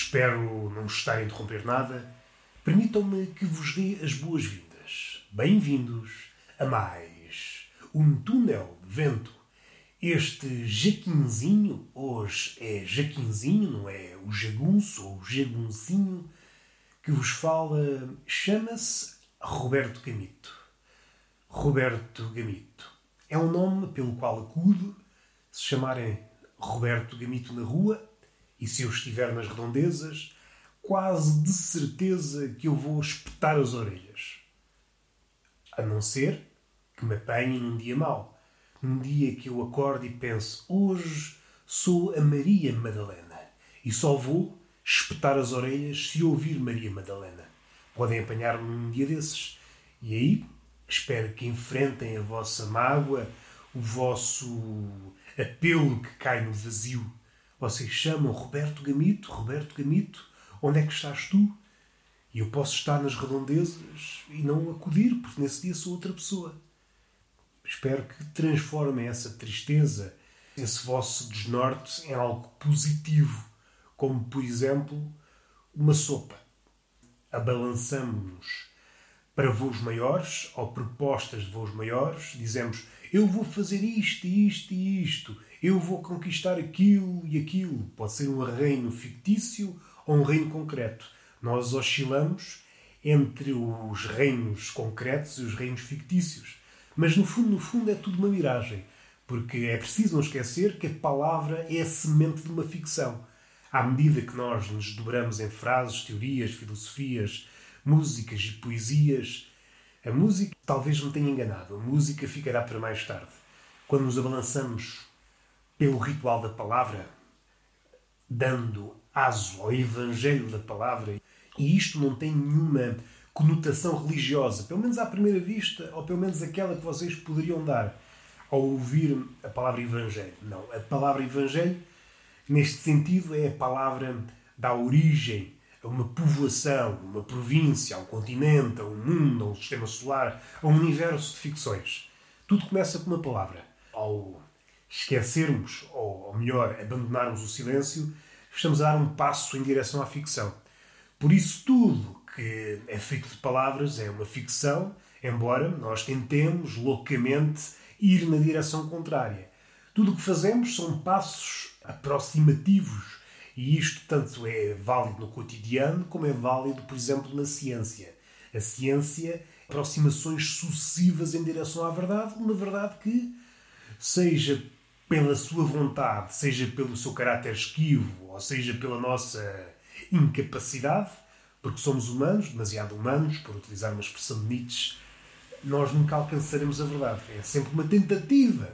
Espero não estar a interromper nada. Permitam-me que vos dê as boas-vindas. Bem-vindos a mais um túnel de vento. Este Jaquinzinho, hoje é Jaquinzinho, não é o jagunço ou o jaguncinho, que vos fala, chama-se Roberto Gamito. Roberto Gamito. É um nome pelo qual acudo se chamarem Roberto Gamito na rua, e se eu estiver nas redondezas, quase de certeza que eu vou espetar as orelhas. A não ser que me apanhem num dia mau. Num dia que eu acordo e penso, hoje sou a Maria Madalena e só vou espetar as orelhas se ouvir Maria Madalena. Podem apanhar-me num dia desses. E aí, espero que enfrentem a vossa mágoa, o vosso apelo que cai no vazio. Vocês chamam Roberto Gamito, onde é que estás tu? E eu posso estar nas redondezas e não acudir, porque nesse dia sou outra pessoa. Espero que transformem essa tristeza, esse vosso desnorte, em algo positivo, como, por exemplo, uma sopa. Abalançamos-nos para voos maiores, ou propostas de voos maiores, dizemos, eu vou fazer isto, isto e isto, eu vou conquistar aquilo e aquilo. Pode ser um reino fictício ou um reino concreto. Nós oscilamos entre os reinos concretos e os reinos fictícios. Mas no fundo é tudo uma miragem, porque é preciso não esquecer que a palavra é a semente de uma ficção. À medida que nós nos dobramos em frases, teorias, filosofias, músicas e poesias, a música talvez me tenha enganado, a música ficará para mais tarde. Quando nos abalançamos pelo ritual da palavra, dando aso ao evangelho da palavra, e isto não tem nenhuma conotação religiosa, pelo menos à primeira vista, ou pelo menos aquela que vocês poderiam dar ao ouvir a palavra evangelho. Não, a palavra evangelho, neste sentido, é a palavra que dá origem a uma povoação, uma província, a um continente, a um mundo, a um sistema solar, a um universo de ficções. Tudo começa com uma palavra. Ao esquecermos, ou melhor, abandonarmos o silêncio, estamos a dar um passo em direção à ficção. Por isso, tudo que é feito de palavras é uma ficção, embora nós tentemos loucamente ir na direção contrária. Tudo o que fazemos são passos aproximativos, e isto tanto é válido no cotidiano como é válido, por exemplo, na ciência. A ciência, aproximações sucessivas em direção à verdade, uma verdade que, seja pela sua vontade, seja pelo seu caráter esquivo, ou seja pela nossa incapacidade, porque somos humanos, demasiado humanos, por utilizar uma expressão de Nietzsche, nós nunca alcançaremos a verdade. É sempre uma tentativa,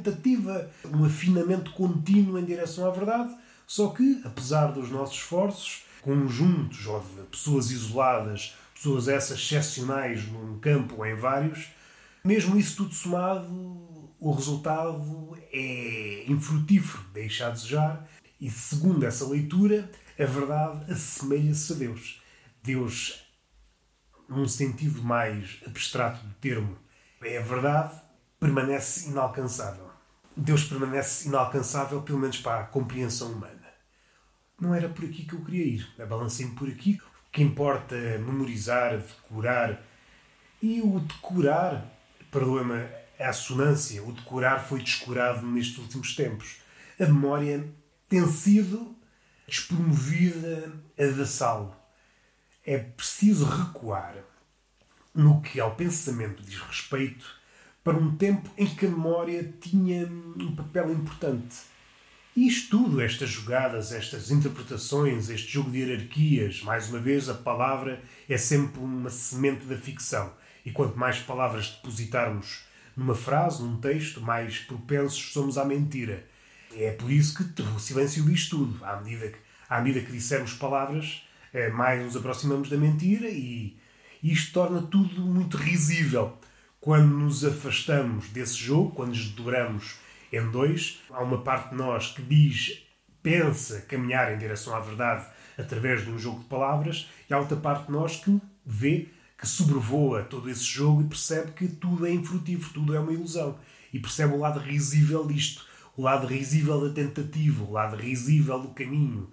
um afinamento contínuo em direção à verdade, só que, apesar dos nossos esforços, conjuntos ou de pessoas isoladas, pessoas essas excepcionais num campo ou em vários, mesmo isso tudo somado, o resultado é infrutífero, deixa a desejar, e segundo essa leitura, a verdade assemelha-se a Deus. Deus, num sentido mais abstrato do termo, é a verdade, permanece inalcançável. Deus permanece inalcançável, pelo menos para a compreensão humana. Não era por aqui que eu queria ir. Abalancei-me por aqui. O que importa é memorizar, decorar. E o decorar, perdoa-me a assonância, o decorar foi descurado nestes últimos tempos. A memória tem sido despromovida a vassalo. É preciso recuar no que ao pensamento diz respeito para um tempo em que a memória tinha um papel importante. E isto tudo, estas jogadas, estas interpretações, este jogo de hierarquias, mais uma vez, a palavra é sempre uma semente da ficção. E quanto mais palavras depositarmos numa frase, num texto, mais propensos somos à mentira. É por isso que o silêncio diz tudo. À medida que dissermos palavras, mais nos aproximamos da mentira e isto torna tudo muito risível. Quando nos afastamos desse jogo, quando nos dobramos em dois, há uma parte de nós que pensa caminhar em direção à verdade através de um jogo de palavras, e há outra parte de nós que vê, que sobrevoa todo esse jogo e percebe que tudo é infrutífero, tudo é uma ilusão. E percebe o lado risível disto, o lado risível da tentativa, o lado risível do caminho,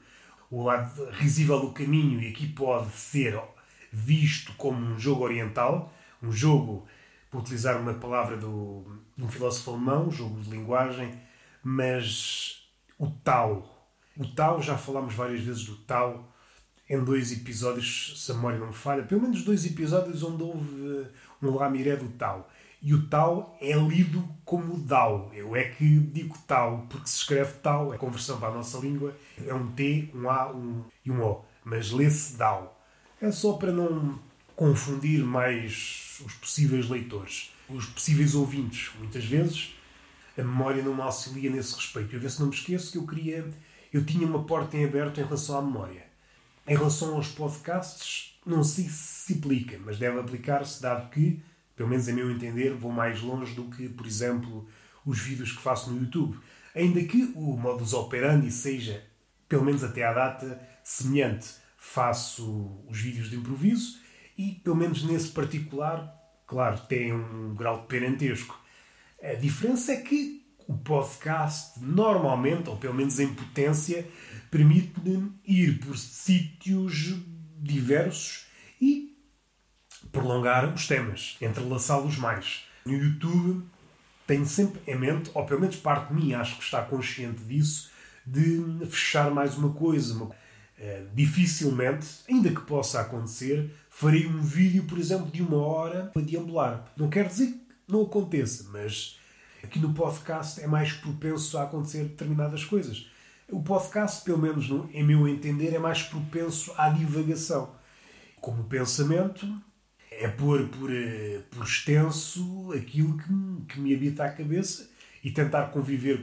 o lado risível do caminho, e aqui pode ser visto como um jogo oriental, um jogo, por utilizar uma palavra de um filósofo alemão, um jogo de linguagem, mas o Tao, já falámos várias vezes do Tao, em 2 episódios, se a memória não me falha, pelo menos 2 episódios onde houve um lamiré do Tao. E o Tao é lido como Dao. Eu é que digo Tao, porque se escreve Tao, a conversão para a nossa língua é um T, um A e um O. Mas lê-se Dao. É só para não confundir mais os possíveis leitores, os possíveis ouvintes. Muitas vezes a memória não me auxilia nesse respeito. Eu ver se não me esqueço que eu tinha uma porta em aberto em relação à memória. Em relação aos podcasts, não sei se se aplica, mas deve aplicar-se, dado que, pelo menos a meu entender, vou mais longe do que, por exemplo, os vídeos que faço no YouTube. Ainda que o modus operandi seja, pelo menos até à data, semelhante. Faço os vídeos de improviso e, pelo menos nesse particular, claro, tem um grau de parentesco. A diferença é que o podcast, normalmente, ou pelo menos em potência, permite-me ir por sítios diversos e prolongar os temas, entrelaçá-los mais. No YouTube tenho sempre em mente, ou pelo menos parte de mim acho que está consciente disso, de fechar mais uma coisa. Dificilmente, ainda que possa acontecer, farei um vídeo, por exemplo, de 1 hora para deambular. Não quer dizer que não aconteça, mas aqui no podcast é mais propenso a acontecer determinadas coisas. O podcast, pelo menos em meu entender, é mais propenso à divagação. Como pensamento, é pôr por extenso aquilo que me habita a cabeça e tentar conviver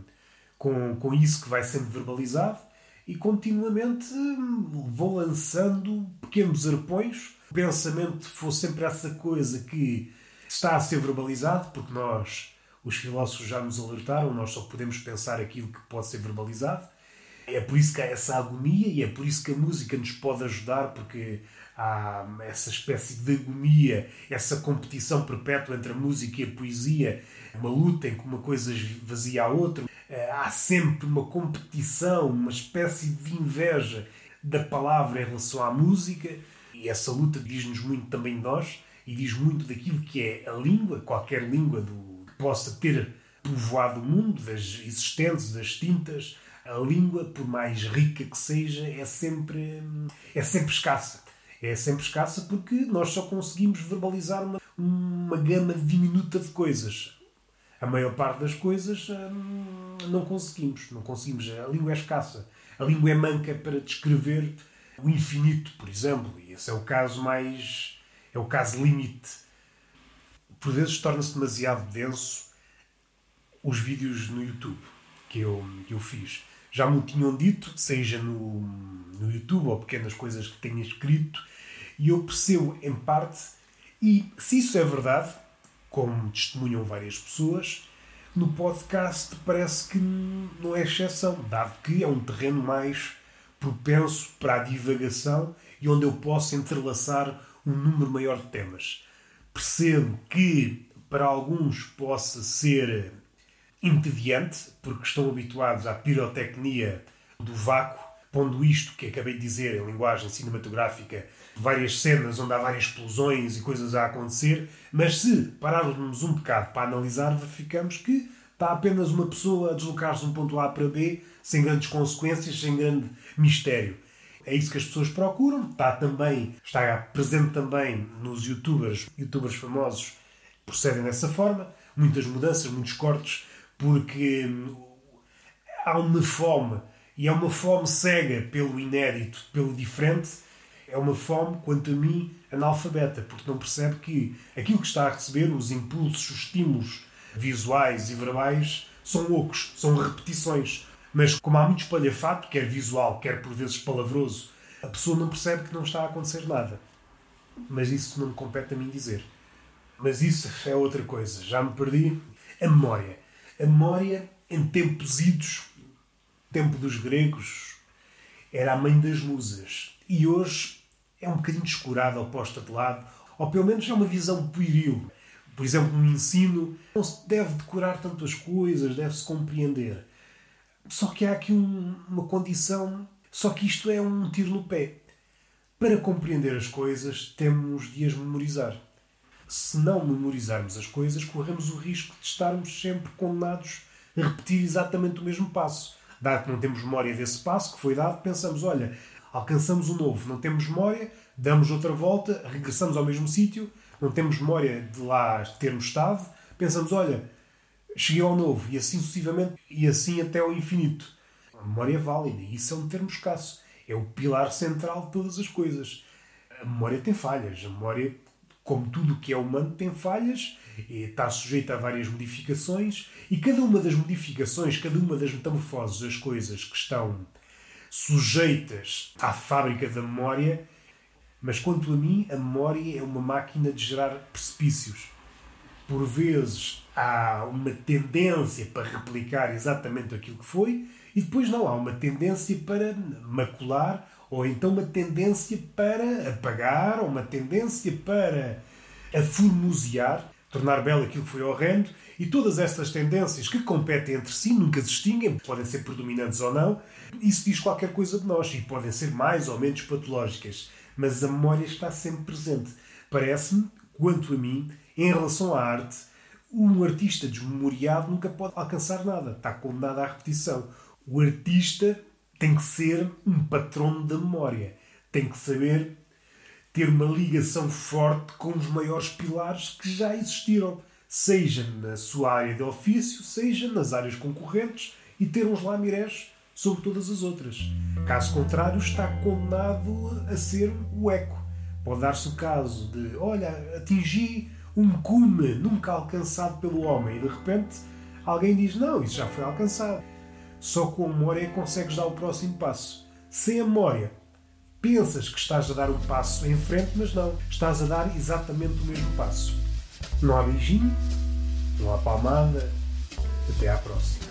com isso que vai sendo verbalizado e continuamente vou lançando pequenos arpões. O pensamento for sempre essa coisa que está a ser verbalizado, porque nós, os filósofos, já nos alertaram, nós só podemos pensar aquilo que pode ser verbalizado. É por isso que há essa agonia e é por isso que a música nos pode ajudar, porque há essa espécie de agonia, essa competição perpétua entre a música e a poesia, uma luta em que uma coisa esvazia a outra. Há sempre uma competição, uma espécie de inveja da palavra em relação à música, e essa luta diz-nos muito também de nós e diz muito daquilo que é a língua, qualquer língua que possa ter povoado o mundo, das existentes, das extintas. A língua, por mais rica que seja, é sempre escassa. É sempre escassa porque nós só conseguimos verbalizar uma gama diminuta de coisas. A maior parte das coisas não conseguimos. Não conseguimos. A língua é escassa. A língua é manca para descrever o infinito, por exemplo. E esse é o caso é o caso limite. Por vezes torna-se demasiado denso os vídeos no YouTube que eu fiz. Já me tinham dito, seja no YouTube ou pequenas coisas que tenha escrito, e eu percebo em parte, e se isso é verdade, como testemunham várias pessoas, no podcast parece que não é exceção, dado que é um terreno mais propenso para a divagação e onde eu posso entrelaçar um número maior de temas. Percebo que para alguns possa ser entediante, porque estão habituados à pirotecnia do vácuo, pondo isto que acabei de dizer em linguagem cinematográfica, várias cenas onde há várias explosões e coisas a acontecer, mas se pararmos um bocado para analisar, verificamos que está apenas uma pessoa a deslocar-se de um ponto A para B, sem grandes consequências, sem grande mistério. É isso que as pessoas procuram. Está presente também nos youtubers famosos procedem dessa forma, muitas mudanças, muitos cortes, porque há uma fome, e é uma fome cega pelo inédito, pelo diferente. É uma fome, quanto a mim, analfabeta, porque não percebe que aquilo que está a receber, os impulsos, os estímulos visuais e verbais, são ocos, são repetições. Mas como há muito espalhafato, quer visual, quer por vezes palavroso, a pessoa não percebe que não está a acontecer nada. Mas isso não me compete a mim dizer. Mas isso é outra coisa. Já me perdi. A memória. A memória, em tempos idos, tempo dos gregos, era a mãe das musas. E hoje é um bocadinho descurada ou posta de lado, ou pelo menos é uma visão pueril. Por exemplo, no ensino, não se deve decorar tantas coisas, deve-se compreender. Só que há aqui uma condição Só que isto é um tiro no pé. Para compreender as coisas, temos de as memorizar. Se não memorizarmos as coisas, corremos o risco de estarmos sempre condenados a repetir exatamente o mesmo passo. Dado que não temos memória desse passo que foi dado, pensamos, olha, alcançamos o novo, não temos memória, damos outra volta, regressamos ao mesmo sítio, não temos memória de lá termos estado, pensamos, olha, cheguei ao novo, e assim sucessivamente, e assim até ao infinito. A memória é válida, e isso é um termo escasso. É o pilar central de todas as coisas. A memória tem falhas. A memória, como tudo o que é humano, tem falhas, e está sujeita a várias modificações, e cada uma das modificações, cada uma das metamorfoses das coisas que estão sujeitas à fábrica da memória, mas quanto a mim, a memória é uma máquina de gerar precipícios. Por vezes há uma tendência para replicar exatamente aquilo que foi, e depois não, há uma tendência para macular, ou então uma tendência para apagar, ou uma tendência para aformosear, tornar belo aquilo que foi horrendo, e todas essas tendências que competem entre si, nunca se extinguem, podem ser predominantes ou não, isso diz qualquer coisa de nós, e podem ser mais ou menos patológicas, mas a memória está sempre presente. Parece-me, quanto a mim, em relação à arte, um artista desmemoriado nunca pode alcançar nada, está condenado à repetição. O artista tem que ser um patrono da memória, tem que saber ter uma ligação forte com os maiores pilares que já existiram, seja na sua área de ofício, seja nas áreas concorrentes, e ter uns lamirés sobre todas as outras. Caso contrário, está condenado a ser o eco. Pode dar-se o caso de, olha, atingi um cume nunca alcançado pelo homem, e de repente alguém diz, não, isso já foi alcançado. Só com a memória é que consegues dar o próximo passo. Sem a memória, pensas que estás a dar um passo em frente, mas não. Estás a dar exatamente o mesmo passo. Não há beijinho, não há palmada. Até à próxima.